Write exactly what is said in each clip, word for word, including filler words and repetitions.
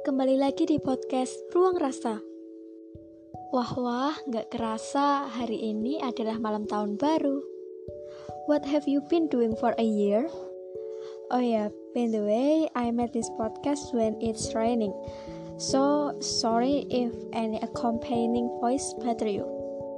kembali lagi di podcast Ruang Rasa. Wah wah, gak kerasa hari ini adalah malam tahun baru. What have you been doing for a year? Oh yeah, by the way, I made this podcast when it's raining. So, sorry if any accompanying voice bother you.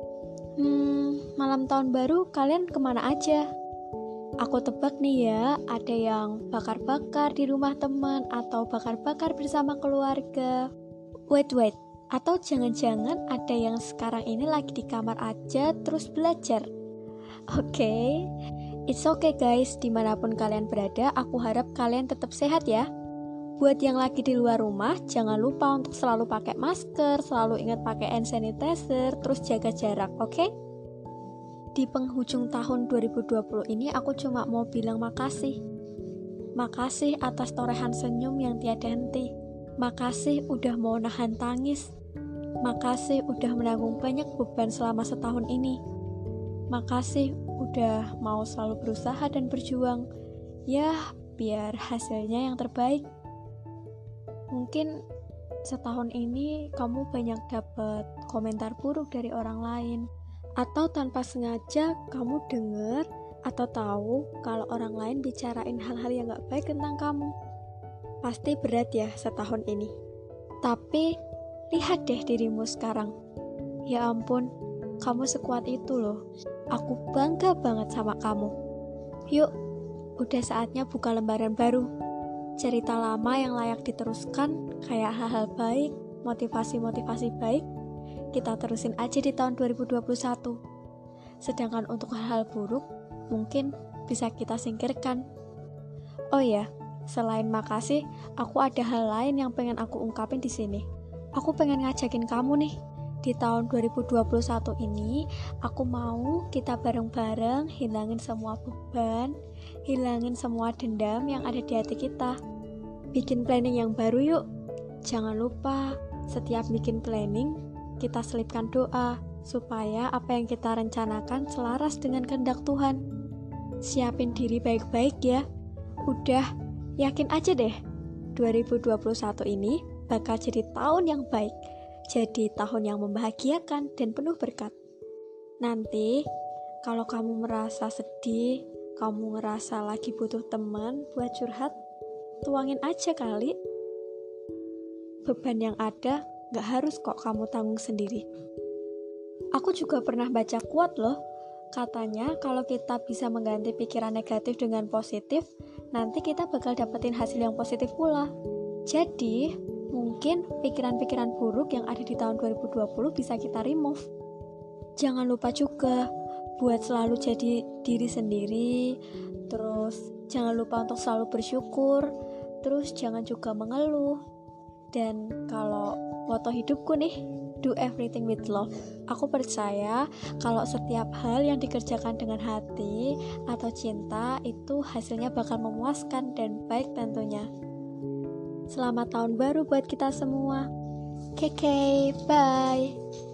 Hmm, malam tahun baru kalian kemana aja? Aku tebak nih ya, ada yang bakar-bakar di rumah teman atau bakar-bakar bersama keluarga. Wait, wait, atau jangan-jangan ada yang sekarang ini lagi di kamar aja terus belajar. Oke, okay. It's okay guys, dimanapun kalian berada, aku harap kalian tetap sehat ya. Buat yang lagi di luar rumah, jangan lupa untuk selalu pakai masker, selalu ingat pakai hand sanitizer, terus jaga jarak, oke? Okay? Di penghujung tahun dua ribu dua puluh ini aku cuma mau bilang makasih. Makasih atas torehan senyum yang tiada henti. Makasih udah mau nahan tangis. Makasih udah menanggung banyak beban selama setahun ini. Makasih udah mau selalu berusaha dan berjuang. Ya, biar hasilnya yang terbaik. Mungkin setahun ini kamu banyak dapat komentar buruk dari orang lain. Atau tanpa sengaja kamu dengar atau tahu kalau orang lain bicarain hal-hal yang gak baik tentang kamu. Pasti berat ya setahun ini. Tapi lihat deh dirimu sekarang. Ya ampun, kamu sekuat itu loh. Aku bangga banget sama kamu. Yuk, udah saatnya buka lembaran baru. Cerita lama yang layak diteruskan, kayak hal-hal baik, motivasi-motivasi baik, kita terusin aja di tahun dua ribu dua puluh satu. Sedangkan untuk hal-hal buruk, mungkin bisa kita singkirkan. Oh ya, selain makasih, aku ada hal lain yang pengen aku ungkapin di sini. Aku pengen ngajakin kamu nih, di tahun dua ribu dua puluh satu ini, aku mau kita bareng-bareng hilangin semua beban, hilangin semua dendam yang ada di hati kita. Bikin planning yang baru yuk. Jangan lupa, setiap bikin planning, kita selipkan doa, supaya apa yang kita rencanakan selaras dengan kehendak Tuhan. Siapin diri baik-baik ya. Udah, yakin aja deh, dua ribu dua puluh satu ini bakal jadi tahun yang baik. Jadi tahun yang membahagiakan dan penuh berkat. Nanti, kalau kamu merasa sedih, kamu ngerasa lagi butuh teman buat curhat, tuangin aja kali. Beban yang ada gak harus kok kamu tanggung sendiri. Aku juga pernah baca quote loh. Katanya kalau kita bisa mengganti pikiran negatif dengan positif, nanti kita bakal dapetin hasil yang positif pula. Jadi, mungkin pikiran-pikiran buruk yang ada di tahun dua ribu dua puluh bisa kita remove. Jangan lupa juga buat selalu jadi diri sendiri. Terus jangan lupa untuk selalu bersyukur. Terus jangan juga mengeluh. Dan kalau moto hidupku nih, do everything with love. Aku percaya kalau setiap hal yang dikerjakan dengan hati atau cinta itu hasilnya bakal memuaskan dan baik tentunya. Selamat tahun baru buat kita semua. K K, bye.